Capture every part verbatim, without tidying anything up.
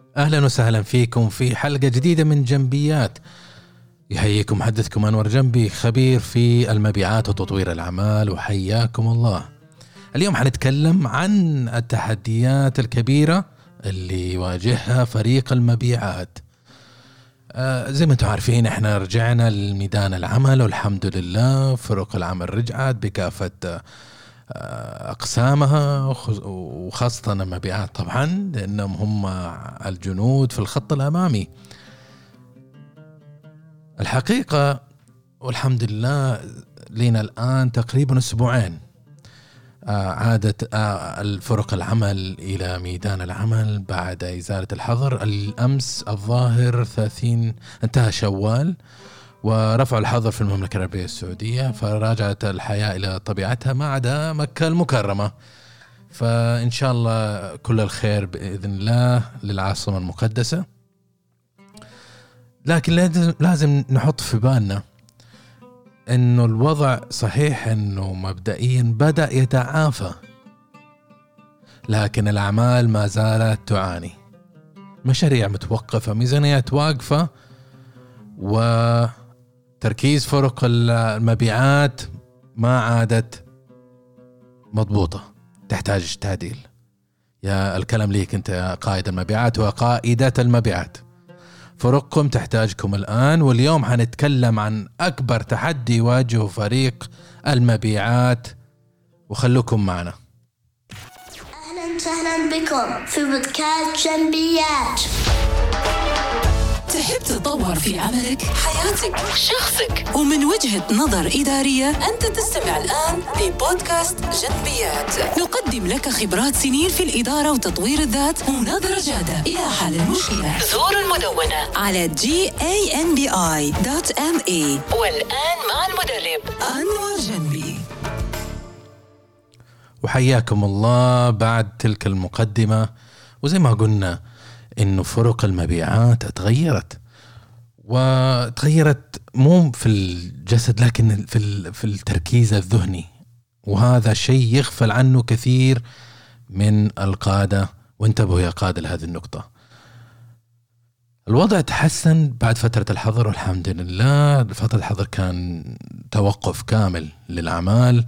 أهلا وسهلا فيكم في حلقة جديدة من جنبيات. يحييكم محدثكم أنور جنبي، خبير في المبيعات وتطوير الأعمال، وحياكم الله. اليوم حنتكلم عن التحديات الكبيرة اللي يواجهها فريق المبيعات. آه زي ما انتم عارفين احنا رجعنا لميدان العمل والحمد لله، فرق العمل رجعت بكافة آه أقسامها، وخاصة المبيعات طبعا لأنهم هم الجنود في الخط الأمامي. الحقيقة والحمد لله لنا الآن تقريبا أسبوعين عادت الفرق العمل إلى ميدان العمل بعد إزالة الحظر. الأمس الظاهر ثلاثين انتهى شوال ورفعوا الحظر في المملكة العربية السعودية، فراجعت الحياة إلى طبيعتها ما عدا مكة المكرمة. فإن شاء الله كل الخير بإذن الله للعاصمة المقدسة. لكن لازم نحط في بالنا إنه الوضع صحيح إنه مبدئيا بدأ يتعافى، لكن الأعمال ما زالت تعاني. مشاريع متوقفة، ميزانيات واقفة، وتركيز فرق المبيعات ما عادت مضبوطة، تحتاج تعديل. يا الكلام ليك أنت يا قائد المبيعات وقائدة المبيعات، فرقكم تحتاجكم الآن. واليوم حنتكلم عن أكبر تحدي يواجهه فريق المبيعات، وخلوكم معنا. أهلا وسهلا بكم في بودكاست جنبيات. تحب تتطور في عملك، حياتك، شخصك، ومن وجهة نظر إدارية؟ أنت تستمع الآن لبودكاست جنبيات. نقدم لك خبرات سنين في الإدارة وتطوير الذات ونظرة جادة إلى حل المشكلة. زور المدونة على جي إيه إن بي آي دوت إم إيه. والآن مع المدرب أنور جنبي. وحياكم الله بعد تلك المقدمة. وزي ما قلنا إنه فرق المبيعات تغيرت، وتغيرت مو في الجسد لكن في في التركيز الذهني، وهذا شيء يغفل عنه كثير من القادة. وانتبهوا يا قادة لهذه النقطة. الوضع تحسن بعد فترة الحظر والحمد لله. فترة الحظر كان توقف كامل للأعمال،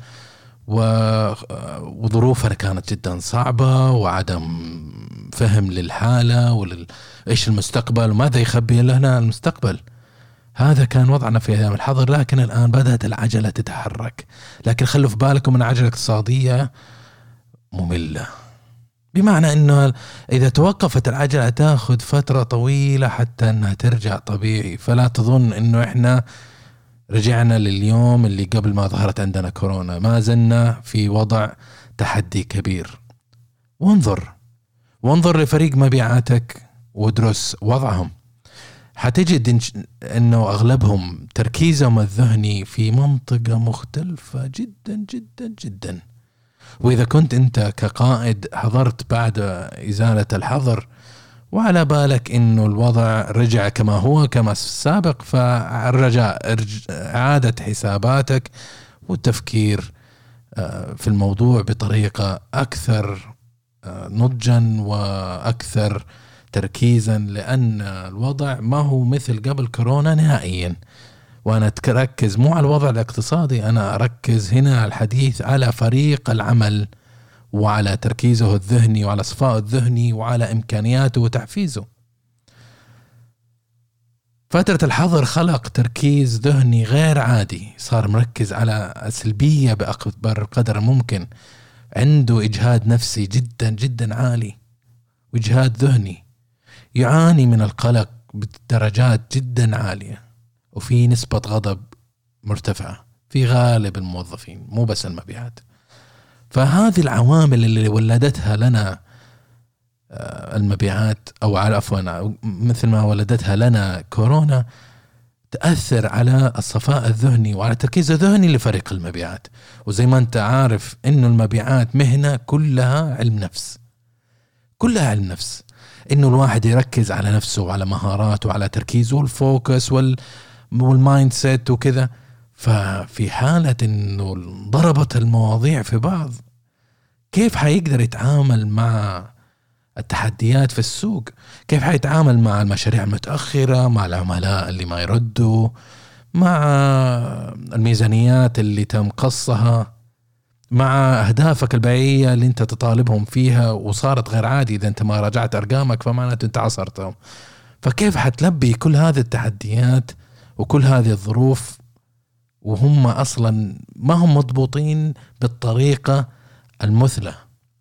وظروفها كانت جدا صعبة، وعدم فهم للحالة وإيش المستقبل وماذا يخبي لنا المستقبل. هذا كان وضعنا في أيام الحظر. لكن الآن بدأت العجلة تتحرك، لكن خلوا في بالكم أن العجلة الاقتصادية مملة، بمعنى أنه إذا توقفت العجلة تأخذ فترة طويلة حتى أنها ترجع طبيعي. فلا تظن أنه إحنا رجعنا لليوم اللي قبل ما ظهرت عندنا كورونا، ما زلنا في وضع تحدي كبير. وانظر وانظر لفريق مبيعاتك وادرس وضعهم، حتجد انه اغلبهم تركيزهم الذهني في منطقة مختلفة جدا جدا جدا. واذا كنت انت كقائد حضرت بعد ازالة الحظر وعلى بالك انه الوضع رجع كما هو كما السابق، فالرجاء اعادة حساباتك والتفكير في الموضوع بطريقة اكثر نضجا واكثر تركيزا، لان الوضع ما هو مثل قبل كورونا نهائيا. وانا اركز مو على الوضع الاقتصادي، انا اركز هنا على الحديث على فريق العمل وعلى تركيزه الذهني وعلى صفائه الذهني وعلى إمكانياته وتحفيزه. فترة الحظر خلق تركيز ذهني غير عادي، صار مركز على السلبية بأكبر قدر ممكن، عنده إجهاد نفسي جدا جدا عالي وإجهاد ذهني، يعاني من القلق بدرجات جدا عالية، وفي نسبة غضب مرتفعة في غالب الموظفين مو بس المبيعات. فهذه العوامل اللي ولدتها لنا المبيعات، أو عفوا مثل ما ولدتها لنا كورونا، تأثر على الصفاء الذهني وعلى التركيز الذهني لفريق المبيعات. وزي ما أنت عارف إنه المبيعات مهنة كلها علم نفس، كلها علم نفس، إنه الواحد يركز على نفسه وعلى مهاراته وعلى تركيزه والفوكس وال والمايند سيت وكذا. ففي حالة إنه ضربت المواضيع في بعض، كيف حيقدر يتعامل مع التحديات في السوق، كيف حيتعامل مع المشاريع المتأخرة، مع العملاء اللي ما يردوا، مع الميزانيات اللي تم قصها، مع أهدافك البيعية اللي انت تطالبهم فيها وصارت غير عادي. إذا انت ما راجعت أرقامك فمعناته انت عصرتهم. فكيف حتلبي كل هذه التحديات وكل هذه الظروف وهم أصلا ما هم مضبوطين بالطريقة المثلى؟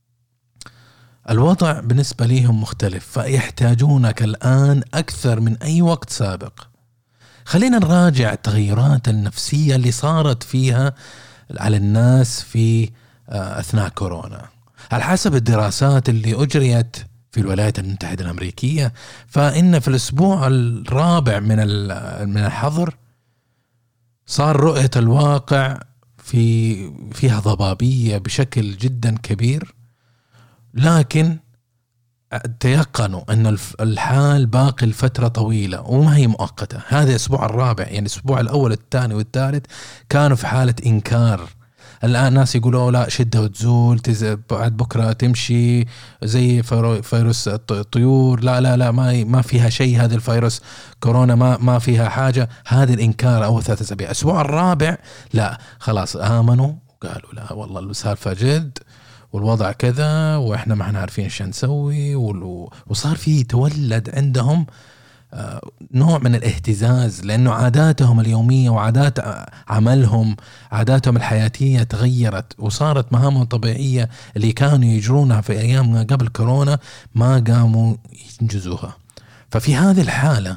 الوضع بالنسبة لهم مختلف، فيحتاجونك الآن أكثر من أي وقت سابق. خلينا نراجع التغيرات النفسية اللي صارت فيها على الناس في أثناء كورونا. على حسب الدراسات اللي أجريت في الولايات المتحدة الأمريكية، فإن في الأسبوع الرابع من من الحظر صار رؤية الواقع في فيها ضبابية بشكل جدا كبير، لكن تيقنوا أن الحال باقي الفترة طويلة وما هي مؤقتة. هذا الأسبوع الرابع، يعني الأسبوع الأول الثاني والثالث كانوا في حالة إنكار. الآن ناس يقولوا لا شدة وتزول، بعد بكرة تمشي زي فيروس الطيور، لا لا لا ما ما فيها شيء، هذا الفيروس كورونا ما ما فيها حاجة. هذا الإنكار أول ثلاثة أسابيع. الأسبوع الرابع لا خلاص آمنوا وقالوا لا والله السالفة جد والوضع كذا وإحنا ما احنا عارفين ايش نسوي، وصار في تولد عندهم نوع من الاهتزاز، لأنه عاداتهم اليومية وعادات عملهم عاداتهم الحياتية تغيرت، وصارت مهامهم طبيعية اللي كانوا يجرونها في أيام قبل كورونا ما قاموا ينجزوها. ففي هذه الحالة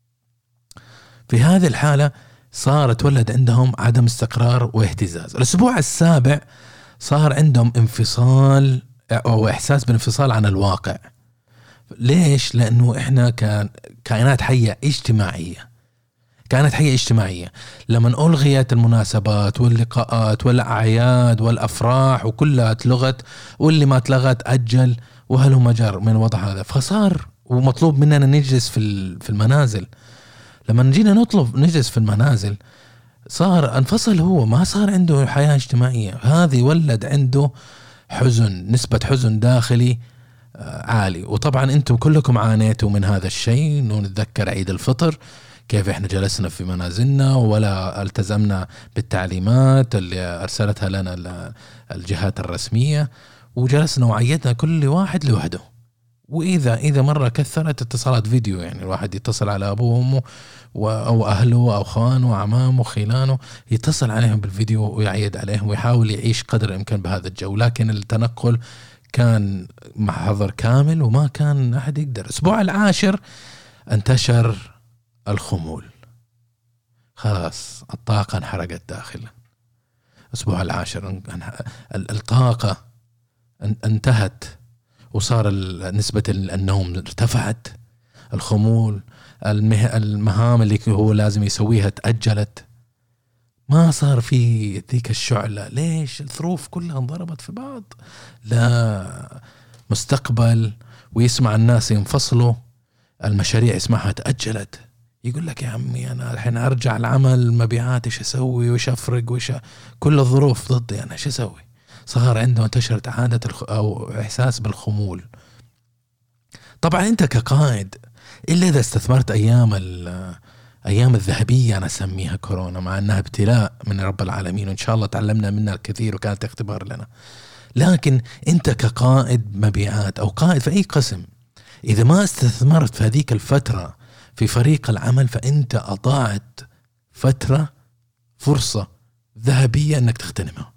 في هذه الحالة صار تولد عندهم عدم استقرار واهتزاز. الأسبوع السابع صار عندهم انفصال أو إحساس بالانفصال عن الواقع. ليش؟ لأنه إحنا كان كائنات حية اجتماعية كانت حية اجتماعية. لما ألغيت المناسبات واللقاءات والأعياد والأفراح وكلها اتلغت، واللي ما اتلغت أجل، وهلو مجر من الوضع هذا. فصار ومطلوب مننا نجلس في في المنازل. لما نجينا نطلب نجلس في المنازل صار انفصل، هو ما صار عنده حياة اجتماعية. هذه ولد عنده حزن، نسبة حزن داخلي عالي. وطبعا انتم كلكم عانيتوا من هذا الشيء. نتذكر عيد الفطر كيف احنا جلسنا في منازلنا ولا التزمنا بالتعليمات اللي ارسلتها لنا الجهات الرسمية، وجلسنا وعيدنا كل واحد لوحده. واذا اذا مرة كثرت اتصالات فيديو، يعني الواحد يتصل على ابوه وامه او اهله او اخوانه وعمامه وخيلانه، يتصل عليهم بالفيديو ويعيد عليهم ويحاول يعيش قدر الامكان بهذا الجو. لكن التنقل كان مع حظر كامل وما كان أحد يقدر. الأسبوع العاشر انتشر الخمول، خلاص الطاقة انحرقت داخله. الأسبوع العاشر الطاقة انتهت وصار نسبة النوم ارتفعت، الخمول، المهام اللي هو لازم يسويها تأجلت، ما صار في ذيك الشعلة. ليش؟ الظروف كلها انضربت في بعض، لا مستقبل، ويسمع الناس ينفصلوا، المشاريع يسمعها تأجلت. يقول لك يا عمي أنا الحين أرجع العمل، مبيعات إيش أسوي وإيش أفرق وإيش كل الظروف ضدي، أنا إيش أسوي؟ صار عنده انتشرت عادة الخ... أو إحساس بالخمول. طبعا أنت كقائد إلا إذا استثمرت أيام ال أيام الذهبية أنا أسميها كورونا، مع أنها ابتلاء من رب العالمين وإن شاء الله تعلمنا منها الكثير وكانت اختبار لنا. لكن أنت كقائد مبيعات أو قائد في أي قسم، إذا ما استثمرت في هذيك الفترة في فريق العمل فأنت أضاعت فترة فرصة ذهبية أنك تغتنمها،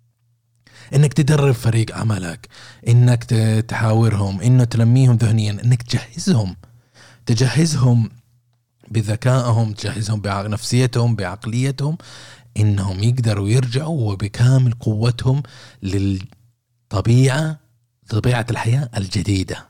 إنك تدرب فريق عملك، إنك تحاورهم، إنك تلميهم ذهنيا، إنك تجهزهم تجهزهم بذكائهم، تجهزهم بنفسيتهم بعقليتهم، إنهم يقدروا يرجعوا وبكامل قوتهم للطبيعة، طبيعة الحياة الجديدة،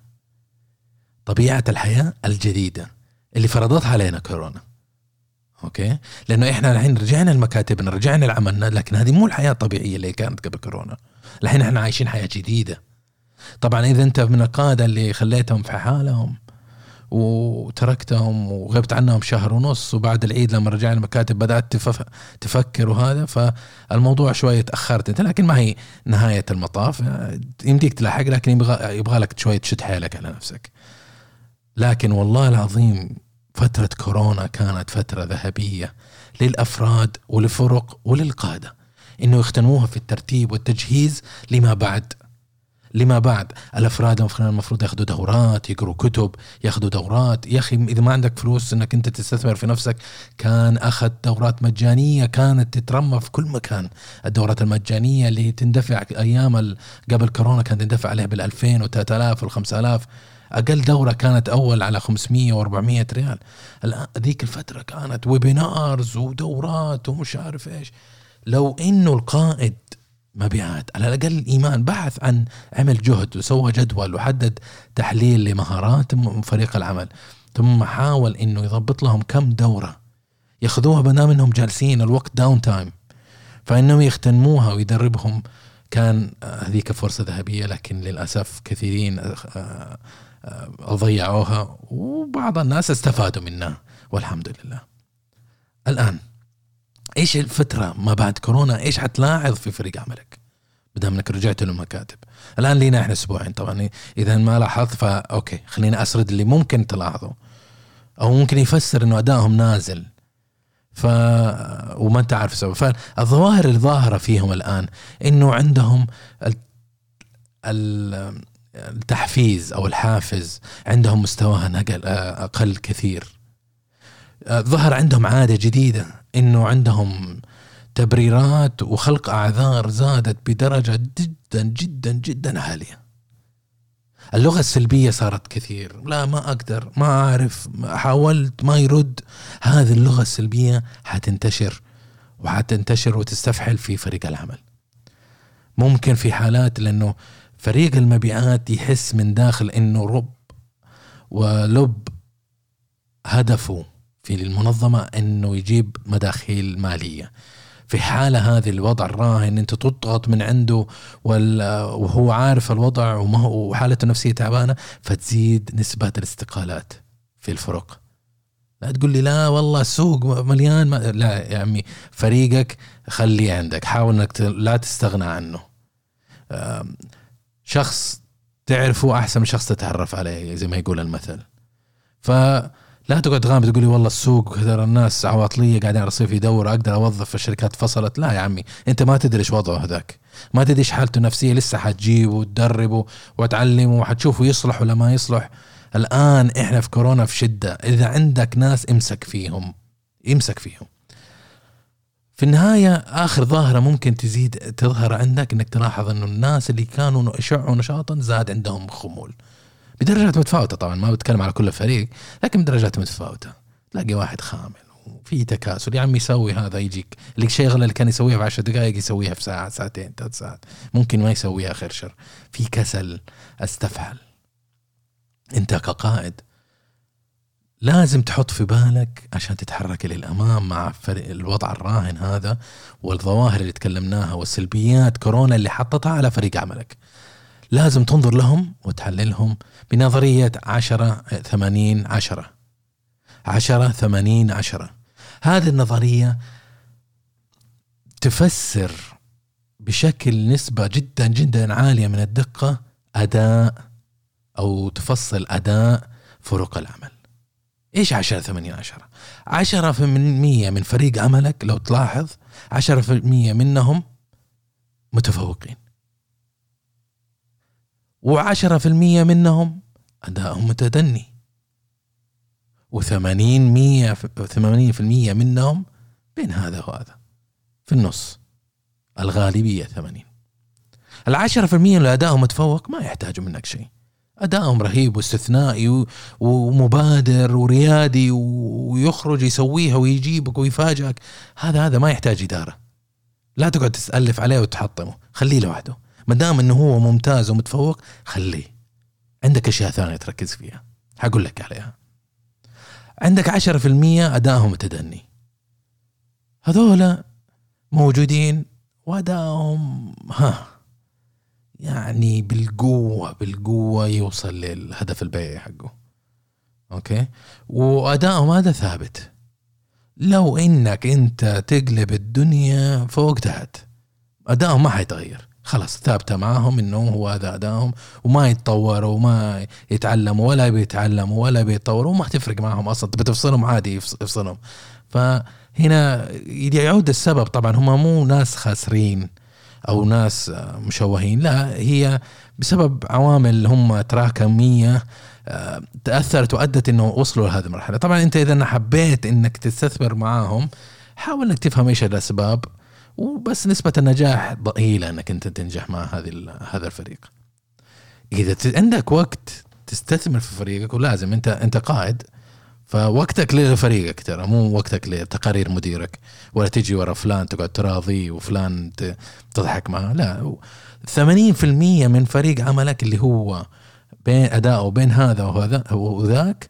طبيعة الحياة الجديدة اللي فرضتها علينا كورونا. أوكي، لأنه إحنا الحين رجعنا لمكاتبنا، رجعنا لعملنا، لكن هذه مو الحياة الطبيعية اللي كانت قبل كورونا. الحين إحنا عايشين حياة جديدة. طبعا إذا أنت من القادة اللي خليتهم في حالهم وتركتهم وغبت عنهم شهر ونص، وبعد العيد لما رجعنا المكاتب بدأت تفكر، وهذا فالموضوع شوية تأخرت. لكن ما هي نهاية المطاف، يمديك تلاحق، لكن يبغى, يبغى لك شوية تشد حيلك على نفسك. لكن والله العظيم فترة كورونا كانت فترة ذهبية للأفراد وللفرق وللقادة، إنه يختنوها في الترتيب والتجهيز لما بعد. لما بعد الأفراد المفروض يأخذوا دورات، يقروا كتب، يأخذوا دورات. يا أخي إذا ما عندك فلوس إنك أنت تستثمر في نفسك، كان أخذ دورات مجانية كانت تترمى في كل مكان. الدورات المجانية اللي تندفع أيام قبل كورونا كانت تندفع عليها بالألفين وثلاثة آلاف والخمسة آلاف. أقل دورة كانت أول على خمسمية وأربعمية ريال. الآن ذيك الفترة كانت ويبينارز ودورات ومش عارف إيش. لو إنه القائد مبيعات على الأقل الإيمان بحث عن عمل جهد وسوى جدول وحدد تحليل لمهارات فريق العمل، ثم حاول إنه يضبط لهم كم دورة يأخذوها بدل منهم جالسين الوقت داون تايم، فإنهم يختنموها ويدربهم. كان هذيك فرصة ذهبية، لكن للأسف كثيرين ضيعوها وبعض الناس استفادوا منها والحمد لله. الآن إيش الفترة ما بعد كورونا؟ إيش حتلاحظ في فريق عملك بدام إنك رجعت للمكاتب؟ الآن لينا إحنا أسبوعين طبعا، إذا ما لاحظت فأوكي خلينا أسرد اللي ممكن تلاحظه أو ممكن يفسر إنه أدائهم نازل ف وما أنت عارف سبب. فالظواهر الظاهرة فيهم الآن إنه عندهم التحفيز أو الحافز عندهم مستواها نقل أقل كثير. ظهر عندهم عادة جديدة إنه عندهم تبريرات وخلق أعذار زادت بدرجة جدا جدا جدا عالية. اللغة السلبية صارت كثير، لا ما أقدر، ما أعرف، حاولت، ما يرد. هذه اللغة السلبية حتنتشر وحتنتشر وتستفحل في فريق العمل. ممكن في حالات لأنه فريق المبيعات يحس من داخل إنه رب ولب هدفه في المنظمة إنه يجيب مداخيل مالية. في حالة هذه الوضع الراهن أنت تضغط من عنده وهو عارف الوضع وحالته النفسية تعبانة، فتزيد نسبة الاستقالات في الفرق. لا تقول لي لا والله السوق مليان ما... لا يا عمي، فريقك خليه عندك، حاول أنك لا تستغنى عنه. شخص تعرفه أحسن من شخص تتعرف عليه زي ما يقول المثل. فلا تقعد تغامر تقولي والله السوق هذول الناس عواطلية قاعدين رصيف يدور أقدر أوظف في الشركات فصلت. لا يا عمي، أنت ما تدري إيش وضعه هذاك، ما تدري إيش حالته النفسية، لسه حتجيبه وتدربه وتعلمه وحتشوفه يصلح ولا ما يصلح. الآن إحنا في كورونا في شدة، إذا عندك ناس امسك فيهم، امسك فيهم. في النهاية آخر ظاهرة ممكن تزيد تظهر عندك إنك تلاحظ إنه الناس اللي كانوا يشعوا نشاطا زاد عندهم خمول بدرجات متفاوتة. طبعا ما بتكلم على كل الفريق، لكن بدرجات متفاوتة. تلاقي واحد خامل وفي تكاسل، يا عمي يسوي هذا يجيك اللي شغله اللي كان يسويها في عشر دقائق يسويها في ساعة ساعتين ثلاث ساعات، ممكن ما يسويها خير شر. في كسل استفحل. انت كقائد لازم تحط في بالك عشان تتحرك للأمام مع الوضع الراهن هذا والظواهر اللي تكلمناها والسلبيات كورونا اللي حطتها على فريق عملك. لازم تنظر لهم وتحللهم بنظرية عشرة ثمانين عشرة عشرة ثمانين عشرة. هذه النظرية تفسر بشكل نسبة جدا جدا عالية من الدقة أداء أو تفصل أداء فرق العمل. إيش عشرة ثمانين عشرة؟ عشرة في المية من فريق عملك لو تلاحظ عشرة في المية منهم متفوقين، وعشرة في المية منهم أداءهم متدني، وثمانين مية ثمانين في المية منهم بين هذا وهذا في النص. الغالبية ثمانين. العشرة في المية اللي أداءهم متفوق ما يحتاجوا منك شيء، أداءهم رهيب واستثنائي ومبادر وريادي ويخرج يسويها ويجيبك ويفاجئك. هذا هذا ما يحتاج إدارة، لا تقعد تسألف عليه وتحطمه، خليه لوحده. ما دام إنه هو ممتاز ومتفوق خليه. عندك أشياء ثانية تركز فيها هقول لك عليها. عندك عشرة في المية أداءهم متدني، هذولا موجودين وأداءهم ها يعني بالقوة بالقوة يوصل للهدف البيعي حقه. أوكي، وأدائهم هذا ثابت. لو إنك أنت تقلب الدنيا فوق تحت أدائهم ما حيتغير، خلاص ثابتة معهم إنه هو هذا أدائهم، وما يتطوروا وما يتعلموا ولا بيتعلموا ولا بيتطوروا، وما تفرق معهم أصلا، بتفصلهم عادي يفصلهم. فهنا يعود السبب، طبعا هم مو ناس خاسرين أو ناس مشوهين، لا، هي بسبب عوامل هم تراكمية تأثرت وأدت إنه وصلوا لهذه المرحلة. طبعا أنت إذا حبيت إنك تستثمر معاهم حاول إنك تفهم إيش الأسباب، وبس نسبة النجاح ضئيلة إنك أنت تنجح مع هذه هذا الفريق. إذا عندك وقت تستثمر في فريقك، ولازم أنت أنت قائد، فوقتك لفريقك ترى، مو وقتك لتقارير مديرك، ولا تجي ورا فلان تقعد تراضي وفلان تضحك معه. لا، ثمانين في المية من فريق عملك اللي هو بين أداءه وبين هذا وهذا وذاك،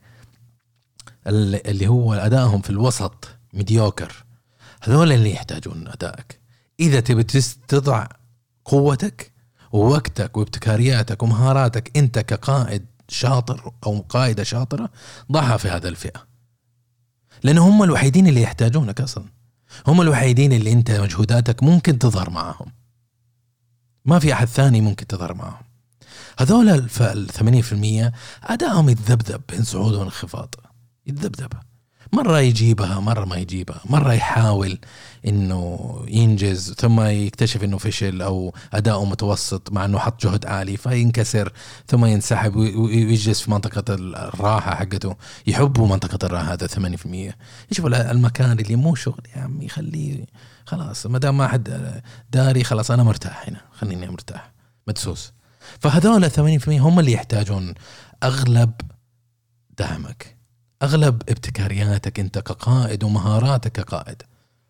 اللي هو أدائهم في الوسط ميديوكر، هذول اللي يحتاجون أدائك. إذا تبي تضع قوتك ووقتك وابتكارياتك ومهاراتك أنت كقائد شاطر أو قائدة شاطرة، ضعها في هذا الفئة، لأن هم الوحيدين اللي يحتاجونك أصلا، هم الوحيدين اللي أنت مجهوداتك ممكن تظهر معهم، ما في أحد ثاني ممكن تظهر معهم. هذول الثمانين في المية أدائهم يتذبذب بين صعود وانخفاض، يتذبذب، مرة يجيبها مرة ما يجيبها، مرة يحاول إنه ينجز ثم يكتشف إنه فشل أو أداؤه متوسط مع إنه حط جهد عالي فينكسر ثم ينسحب ويجلس في منطقة الراحة حقته. يحبوا منطقة الراحة، هذا ثمانين في المية. يشوفوا المكان اللي مو شغل يا عمي، خليه خلاص، ما دام ما حد داري خلاص أنا مرتاح هنا، خليني مرتاح مدسوس. فهذول ثمانين في المية هم اللي يحتاجون أغلب دعمك، أغلب ابتكارياتك أنت كقائد ومهاراتك كقائد.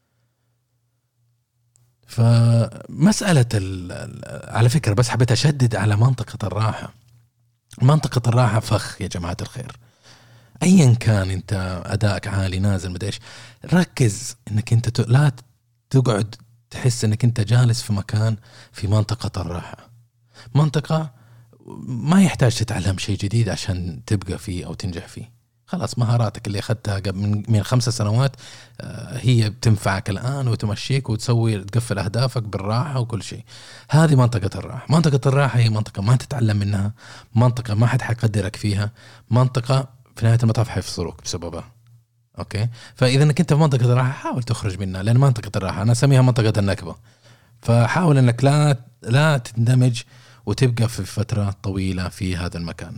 فمسألة على فكرة بس حبيت أشدد على منطقة الراحة. منطقة الراحة فخ يا جماعة الخير، أيا كان أنت أدائك عالي نازل مديش، ركز أنك أنت لا تقعد تحس أنك أنت جالس في مكان في منطقة الراحة، منطقة ما يحتاج تتعلم شيء جديد عشان تبقى فيه أو تنجح فيه. خلاص مهاراتك اللي أخذتها قبل من خمسة سنوات هي بتنفعك الآن وتمشيك وتسوي تقفل أهدافك بالراحة وكل شيء. هذه منطقة الراحة. منطقة الراحة هي منطقة ما تتعلم منها، منطقة ما حد حيقدرك فيها، منطقة في نهاية المطاف حيفصلوك بسببها. أوكي، فإذا أنك أنت في منطقة الراحة حاول تخرج منها، لأن منطقة الراحة أنا أسميها منطقة النكبة. فحاول أنك لا لا تندمج وتبقى في فترة طويلة في هذا المكان.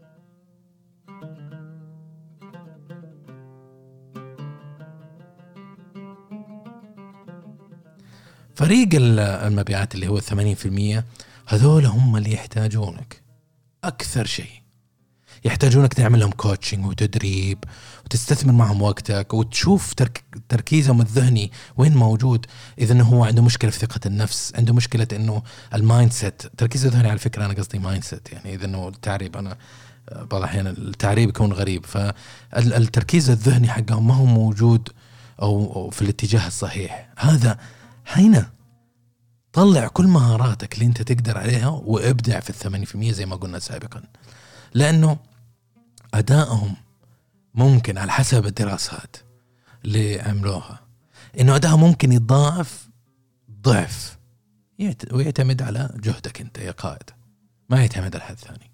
فريق المبيعات اللي هو الثمانين في المية هذول هم اللي يحتاجونك أكثر شيء، يحتاجونك تعمل لهم كوتشنج وتدريب وتستثمر معهم وقتك وتشوف ترك تركيزهم الذهني وين موجود. إذا هو عنده مشكلة في ثقة النفس، عنده مشكلة إنه المايند سيت، تركيز الذهني على فكرة أنا قصدي مايند سيت، يعني إذا إنه التعريب أنا بعض الأحيان التعريب يكون غريب، فالتركيز الذهني حقهم ما هو موجود أو في الاتجاه الصحيح. هذا هنا طلع كل مهاراتك اللي انت تقدر عليها وابدع في الثمانين في المية زي ما قلنا سابقا، لأنه أدائهم ممكن على حسب الدراسات اللي عملوها إنه أدائهم ممكن يتضاعف ضعف، ويعتمد على جهدك انت يا قائد، ما يعتمد على حد ثاني.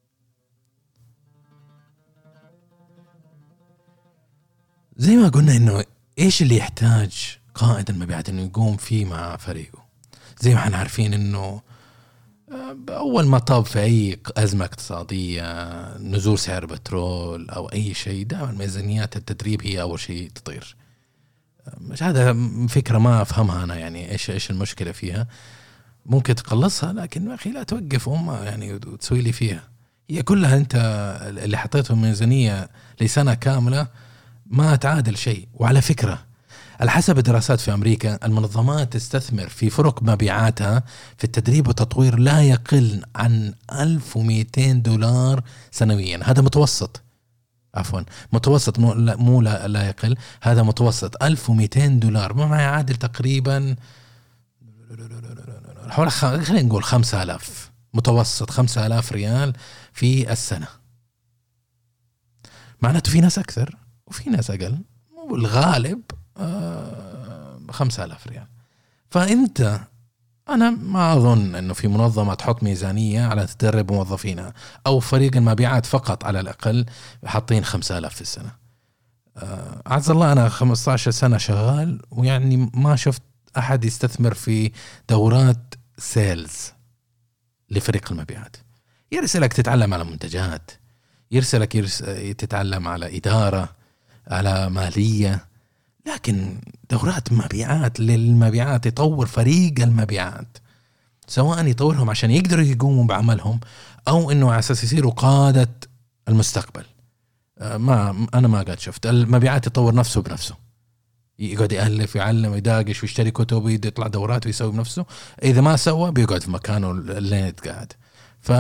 زي ما قلنا إنه إيش اللي يحتاج قائد المبيعات إنه يقوم فيه مع فريقه. زي ما احنا عارفين إنه أول ما طاب في أي أزمة اقتصادية، نزول سعر بترول أو أي شيء، دائما ميزانيات التدريب هي أول شيء تطير. مش هذا فكرة ما أفهمها أنا، يعني إيش إيش المشكلة فيها؟ ممكن تقلصها لكن ما أخي لا توقف أمها يعني وتسوي لي فيها. هي كلها أنت اللي حطيته ميزانية لسنة كاملة ما تعادل شيء. وعلى فكرة على حسب الدراسات في أمريكا المنظمات تستثمر في فرق مبيعاتها في التدريب والتطوير لا يقل عن ألف ومئتين دولار سنويا. هذا متوسط، عفوا متوسط مو لا, مو لا, لا يقل، هذا متوسط ألف ومئتين دولار، ما يعادل تقريبا حوالي خلينا نقول خمسة آلاف، متوسط خمسة آلاف ريال في السنة. معناته في ناس أكثر وفي ناس أقل، والغالب آه خمسة آلاف ريال. فأنت أنا ما أظن أنه في منظمة تحط ميزانية على تدرب موظفينها، أو فريق المبيعات فقط على الأقل حاطين خمسة آلاف في السنة. آه عز الله أنا خمسة عشر سنة شغال، ويعني ما شفت أحد يستثمر في دورات سيلز لفريق المبيعات. يرسلك تتعلم على منتجات، يرسلك يرس... تتعلم على إدارة، على مالية، لكن دورات مبيعات للمبيعات يطور فريق المبيعات، سواء يطورهم عشان يقدروا يقوموا بعملهم أو إنه على أساس يصيروا قادة المستقبل. ما أنا ما قد شفت المبيعات يطور نفسه بنفسه، يقعد يألف ويعلم ويداقش ويشتري كتب ويطلع دورات ويسوي بنفسه. إذا ما سوى بيقعد في مكانه اللي يتقاعد. ف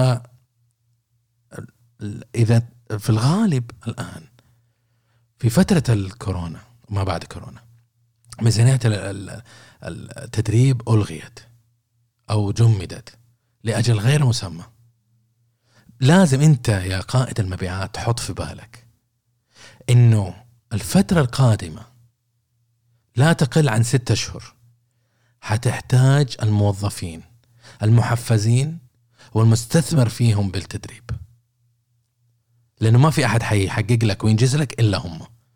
إذا في الغالب الآن في فترة الكورونا وما بعد كورونا ميزانيات التدريب ألغيت أو جمدت لأجل غير مسمى. لازم أنت يا قائد المبيعات تحط في بالك إنه الفترة القادمة لا تقل عن ستة أشهر حتحتاج الموظفين المحفزين والمستثمر فيهم بالتدريب، لأنه ما في أحد حيحقق لك وينجز لك إلا هم.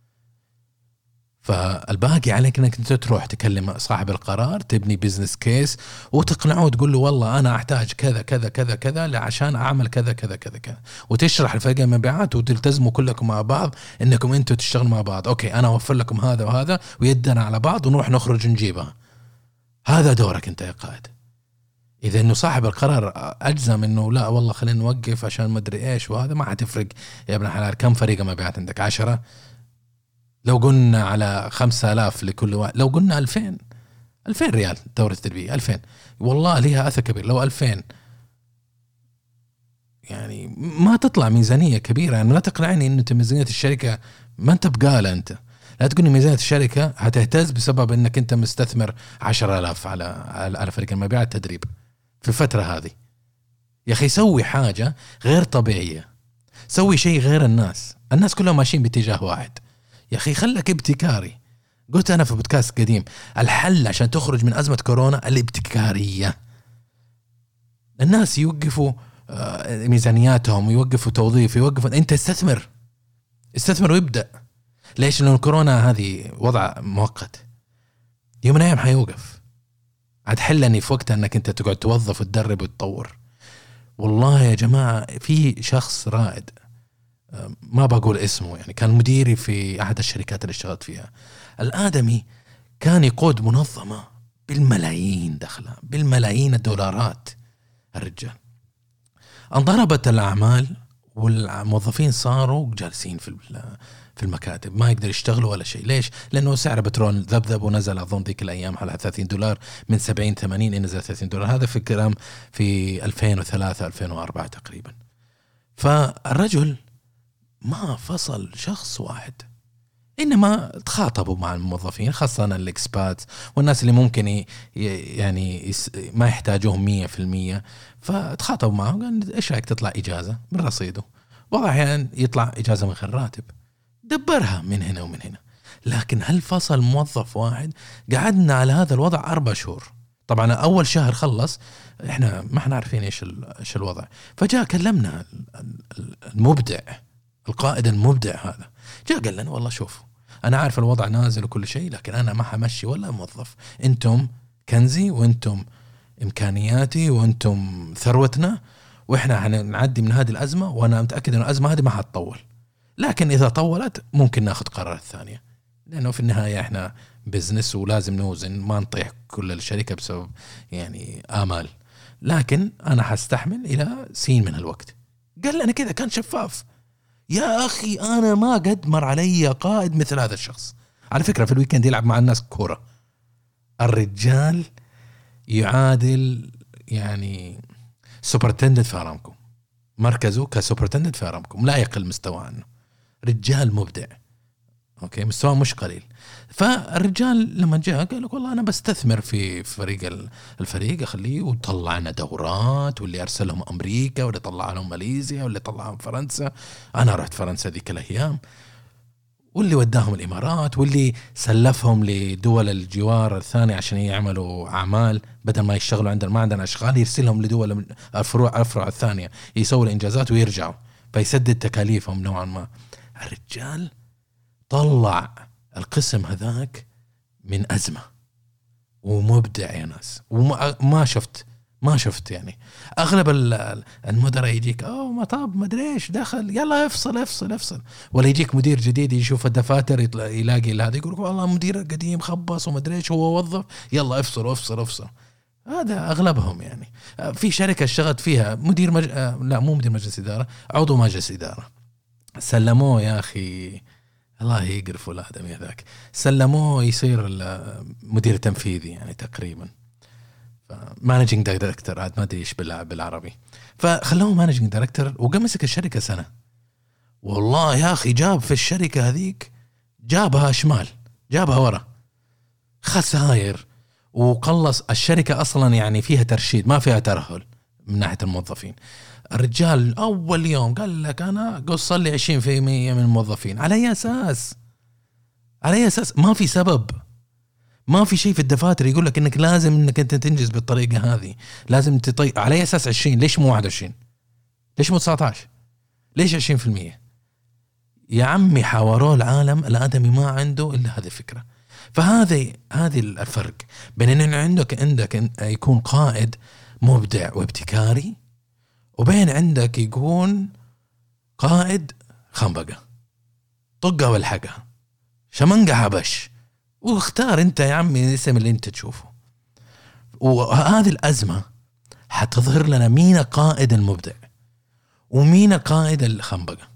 فالباقي عليك أنك أنت تروح تكلم صاحب القرار، تبني بيزنس كيس وتقنعه وتقول له والله أنا أحتاج كذا كذا كذا كذا عشان أعمل كذا كذا كذا كذا، وتشرح لفريق المبيعات وتلتزموا كلكم مع بعض إنكم أنتوا تشتغلوا مع بعض. أوكي أنا أوفر لكم هذا وهذا ويدنا على بعض ونروح نخرج نجيبها. هذا دورك أنت يا قائد. إذا إنه صاحب القرار أجزم إنه لا والله خلينا نوقف عشان ما أدري إيش وهذا، ما حتفرق يا ابن حلال. كم فريق مبيعات عندك؟ عشرة. لو قلنا على خمسة آلاف لكل واحد، لو قلنا ألفين ألفين ريال دورة تدريبية، ألفين والله ليها أثر كبير. لو ألفين يعني ما تطلع ميزانية كبيرة. يعني لا تقنعني إنه ميزانية الشركة ما أنت بقالة. أنت لا تقولي ميزانية الشركة هتهتز بسبب إنك أنت مستثمر عشرة آلاف على على فريق المبيعات تدريب في الفترة هذه. يا أخي سوي حاجة غير طبيعية، سوي شيء غير الناس. الناس كلهم ماشيين باتجاه واحد. يا أخي خلك ابتكاري. قلت أنا في بودكاست قديم الحل عشان تخرج من أزمة كورونا الابتكارية. الناس يوقفوا ميزانياتهم، يوقفوا توظيف، يوقفوا. أنت استثمر استثمر ويبدأ. ليش؟ لأن الكورونا هذه وضع مؤقت، يوم من الأيام حيوقف. هتحلني في وقتها أنك أنت تقعد توظف وتدرب وتطور. والله يا جماعة في شخص رائد ما بقول اسمه، يعني كان مديري في أحد الشركات اللي اشتغلت فيها. الآدمي كان يقود منظمة بالملايين دخلة، بالملايين الدولارات. الرجال انضربت الأعمال والموظفين صاروا جالسين في في المكاتب ما يقدر يشتغلوا ولا شيء. ليش؟ لأنه سعر بترول ذبذب ونزل أظن ذيك الأيام على ثلاثين دولار، من سبعين ثمانين نزل ثلاثين دولار. هذا في كلام في ألفين وثلاثة ألفين وأربعة تقريبا. فالرجل ما فصل شخص واحد، إنما تخاطبوا مع الموظفين خاصة الإكسبات والناس اللي ممكن يعني ما يحتاجوهم مية في المية. فتخاطبوا معهم قال إيش رأيك تطلع إجازة من رصيده، وضع أحيانا يطلع إجازة من غير راتب، دبرها من هنا ومن هنا. لكن هل فصل موظف واحد؟ قعدنا على هذا الوضع أربع شهور. طبعا أول شهر خلص إحنا ما إحنا عارفين إيش إيش الوضع. فجاء كلمنا المبدع القائد المبدع هذا، جاء قال لنا والله شوفوا أنا عارف الوضع نازل وكل شيء، لكن أنا ما حمشي ولا موظف. أنتم كنزي وأنتم إمكانياتي وأنتم ثروتنا، وإحنا هنعدي من هذه الأزمة، وأنا متأكد أن الأزمة هذه ما حتطول. لكن إذا طولت ممكن ناخذ قرارات ثانية، لأنه في النهاية إحنا بزنس ولازم نوزن، ما نطيح كل الشركة بسبب يعني آمال. لكن أنا حستحمل إلى سين من الوقت. قال لنا كذا، كان شفاف. يا أخي أنا ما قد مر علي قائد مثل هذا الشخص. على فكرة في الويكند يلعب مع الناس كورة. الرجال يعادل يعني سوبرتندنت في أرامكو، مركزه كسوبرتندنت في أرامكو لا يقل مستوى عنه. رجال مبدع أوكي مستوى مش قليل. فالرجال لما جاء قال لك والله أنا بستثمر في فريق الفريق أخليه وطلعنا دورات، واللي أرسلهم أمريكا واللي طلع لهم ماليزيا واللي طلعهم فرنسا. أنا رحت فرنسا ذيك الأيام، واللي وداهم الإمارات واللي سلفهم لدول الجوار الثانية عشان يعملوا أعمال بدل ما يشتغلوا عندنا، ما عندنا أشغال يرسلهم لدول الفروع الفروع الثانية يسووا الإنجازات ويرجعوا فيسدد تكاليفهم نوعا ما. الرجال طلع القسم هذاك من أزمة ومبدع يا ناس، وما شفت ما شفت يعني أغلب المدراء يجيك أوه ما طاب ما أدري إيش دخل يلا افصل افصل افصل، ولا يجيك مدير جديد يشوف الدفاتر يلاقي هذا يقول والله مدير قديم خبص وما أدري إيش هو وظف يلا افصل افصل افصل. هذا أغلبهم يعني. في شركة اشتغلت فيها مدير مج... لا مو مدير مجلس إدارة، عضو مجلس إدارة، سلموه يا أخي الله يقرفوا الآدم يا ذاك، سلموه يصير المدير التنفيذي يعني تقريبا مانجينج دايركتور، عاد ما ادري ايش بالعربي. فخلوه مانجينج دايركتور وقام مسك الشركه سنه. والله يا اخي جاب في الشركه هذيك جابها شمال جابها ورا، خسائر وقلص الشركه اصلا يعني فيها ترشيد ما فيها ترهل من ناحيه الموظفين. الرجال اول يوم قال لك انا قص لي عشرين بالمئة من الموظفين. على اي اساس؟ على اي اساس؟ ما في سبب، ما في شيء في الدفاتر يقول لك انك لازم انك انت تنجز بالطريقه هذه، لازم تطي. على اساس عشرين؟ ليش مو واحد وعشرين؟ ليش مو تسعة عشر؟ ليش عشرين بالمئة؟ يا عمي حاوروا العالم الادمي ما عنده الا هذه الفكره. فهذه هذه الفرق بين ان عندك عندك يكون قائد مبدع وابتكاري، وبين عندك يكون قائد خنبقه طقه والحقها شمنقه حبش، واختار انت يا عمي الاسم اللي انت تشوفه. وهذه الأزمة حتظهر لنا مين قائد المبدع ومين قائد الخنبقة،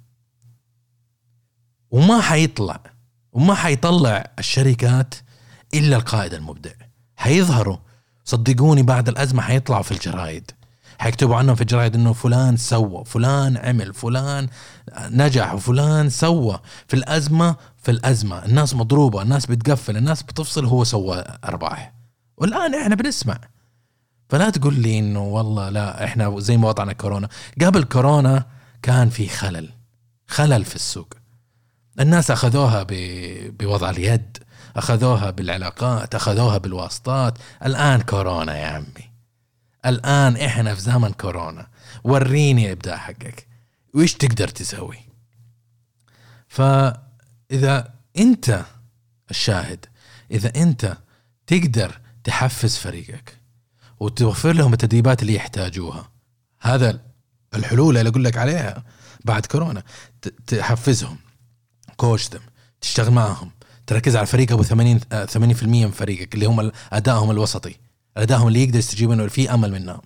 وما حيطلع وما حيطلع الشركات إلا القائد المبدع. حيظهروا صدقوني بعد الأزمة حيطلعوا في الجرائد، حيكتبوا عنهم في الجرائد انه فلان سوى، فلان عمل، فلان نجح، وفلان سوى. في الأزمة في الأزمة الناس مضروبة، الناس بتقفل، الناس بتفصل، هو سوى أرباح. والآن احنا بنسمع. فلا تقول لي انه والله لا احنا زي ما وضعنا كورونا. قبل كورونا كان في خلل خلل في السوق، الناس أخذوها بوضع اليد، أخذوها بالعلاقات، أخذوها بالواسطات. الآن كورونا يا عمي، الآن إحنا في زمن كورونا. وريني إبداع حقك وإيش تقدر تسوي. فإذا أنت الشاهد، إذا أنت تقدر تحفز فريقك وتوفر لهم التدريبات اللي يحتاجوها، هذا الحلول اللي أقول لك عليها بعد كورونا. تحفزهم، كوشتم، تشتغل معهم، تركز على فريق أبو ثمانين ثمانين بالمئة من فريقك اللي هم أدائهم الوسطي، أدائهم اللي يقدر يستجيب إنه في أمل منهم.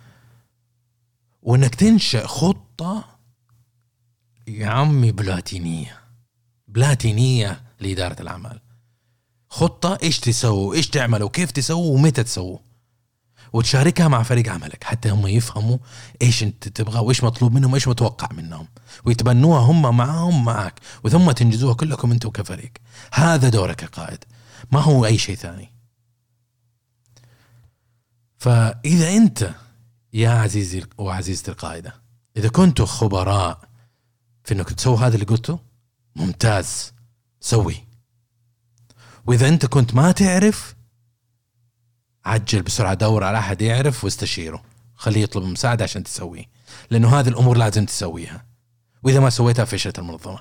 وإنك تنشأ خطة يا عمي بلاتينية بلاتينية لإدارة الأعمال. خطة إيش تسوي، إيش تعمل، وكيف تسوي، ومتى تسوي، وتشاركها مع فريق عملك حتى هم يفهموا إيش أنت تبغى وإيش مطلوب منهم وإيش متوقع منهم، ويتبنوها هم معهم معك، وثم تنجزوها كلكم أنتوا كفريق. هذا دورك كقائد، ما هو أي شيء ثاني. فإذا أنت يا عزيزي وعزيزتي القائدة، إذا كنتوا خبراء في أنك تسوي هذا اللي قلته، ممتاز، سوي. وإذا أنت كنت ما تعرف، عجل بسرعة، دور على أحد يعرف واستشيره، خليه يطلب مساعدة عشان تسويه، لأنه هذه الأمور لازم تسويها، وإذا ما سويتها فشلت المنظمة.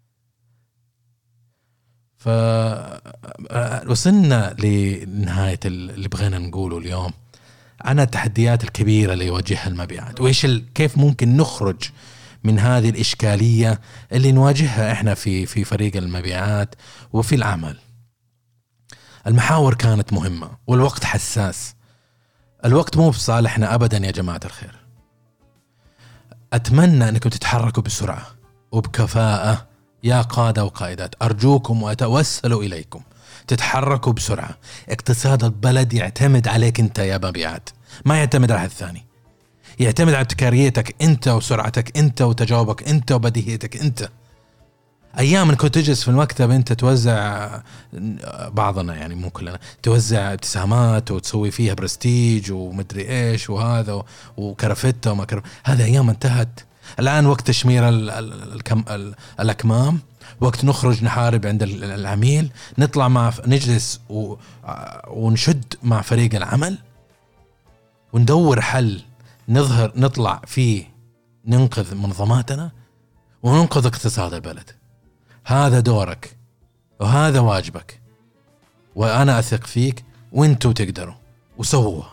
فوصلنا لنهاية اللي بغينا نقوله اليوم عن التحديات الكبيرة اللي يواجهها المبيعات، وإيش كيف ممكن نخرج من هذه الإشكالية اللي نواجهها إحنا في في فريق المبيعات وفي العمل. المحاور كانت مهمة والوقت حساس. الوقت مو بصالحنا أبدا يا جماعة الخير. أتمنى أنكم تتحركوا بسرعة وبكفاءة يا قادة وقائدات، أرجوكم وأتوسل إليكم تتحركوا بسرعة. اقتصاد البلد يعتمد عليك أنت يا مبيعات، ما يعتمد على الثاني. يعتمد على ابتكاريتك أنت وسرعتك أنت وتجاوبك أنت وبديهيتك أنت. أيام إنك تجلس في المكتب أنت توزع، بعضنا يعني مو كلنا، توزع ابتسامات وتسوي فيها برستيج ومدري إيش وهذا وكرفتة وما كرف، هذا أيام انتهت. الآن وقت تشمير ال ال الكم ال الأكمام، وقت نخرج نحارب عند العميل، نطلع مع نجلس ونشد مع فريق العمل وندور حل نظهر نطلع فيه، ننقذ منظماتنا وننقذ اقتصاد البلد. هذا دورك وهذا واجبك، وأنا أثق فيك وانتوا تقدروا وسووها.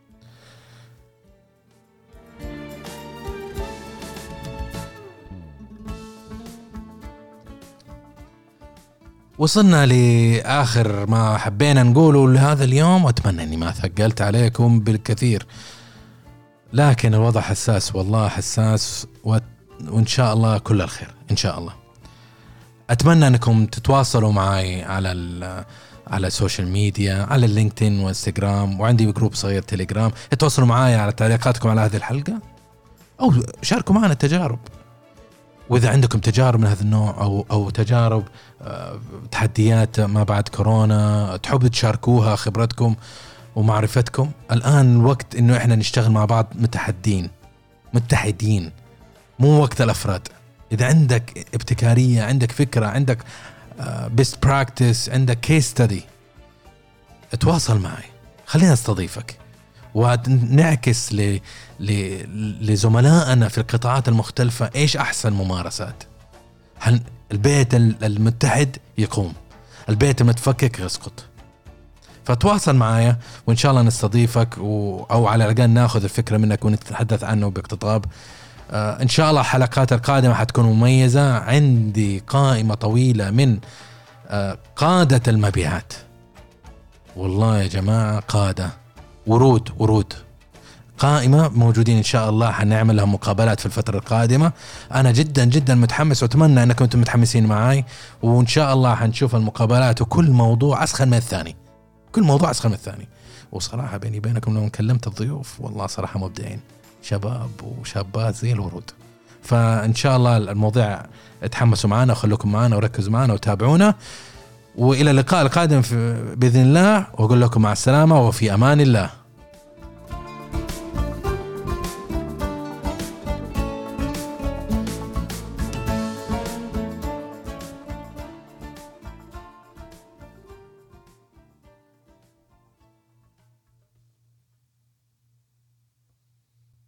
وصلنا لآخر ما حبينا نقوله لهذا اليوم، وأتمنى أني ما ثقلت عليكم بالكثير، لكن الوضع حساس، والله حساس، وإن شاء الله كل الخير إن شاء الله. أتمنى أنكم تتواصلوا معي على على السوشيال ميديا، على اللينكدين وإنستغرام، وعندي جروب صغير تليجرام. تتواصلوا معي على تعليقاتكم على هذه الحلقة، أو شاركوا معنا التجارب، وإذا عندكم تجارب من هذا النوع أو أو تجارب تحديات ما بعد كورونا تحبوا تشاركوها، خبرتكم ومعرفتكم. الآن الوقت إنه إحنا نشتغل مع بعض متحدين متحدين، مو وقت الأفراد. إذا عندك ابتكارية، عندك فكرة، عندك best practice، عندك case study، اتواصل معي، خلينا استضيفك ونعكس ل... ل... لزملائنا في القطاعات المختلفة إيش أحسن ممارسات. هن... البيت المتحد يقوم، البيت المتفكك يسقط. فتواصل معايا وإن شاء الله نستضيفك و... أو على الأقل ناخذ الفكرة منك ونتحدث عنه باقتطاب. آه إن شاء الله الحلقات القادمة حتكون مميزة. عندي قائمة طويلة من آه قادة المبيعات، والله يا جماعة قادة، ورود ورود قائمة موجودين إن شاء الله، حنعمل لهم مقابلات في الفترة القادمة. أنا جدا جدا متحمس، وأتمنى أنكم أنتم متحمسين معاي، وإن شاء الله حنشوف المقابلات، وكل موضوع أسخن من الثاني، كل موضوع أسخن من الثاني. وصراحة بيني بينكم لو كلمت الضيوف والله صراحة مبدعين، شباب وشابات زي الورود. فإن شاء الله الموضوع اتحمسوا معنا وخلوكم معنا وركزوا معنا وتابعونا، وإلى اللقاء القادم بإذن الله، وأقول لكم مع السلامة وفي أمان الله.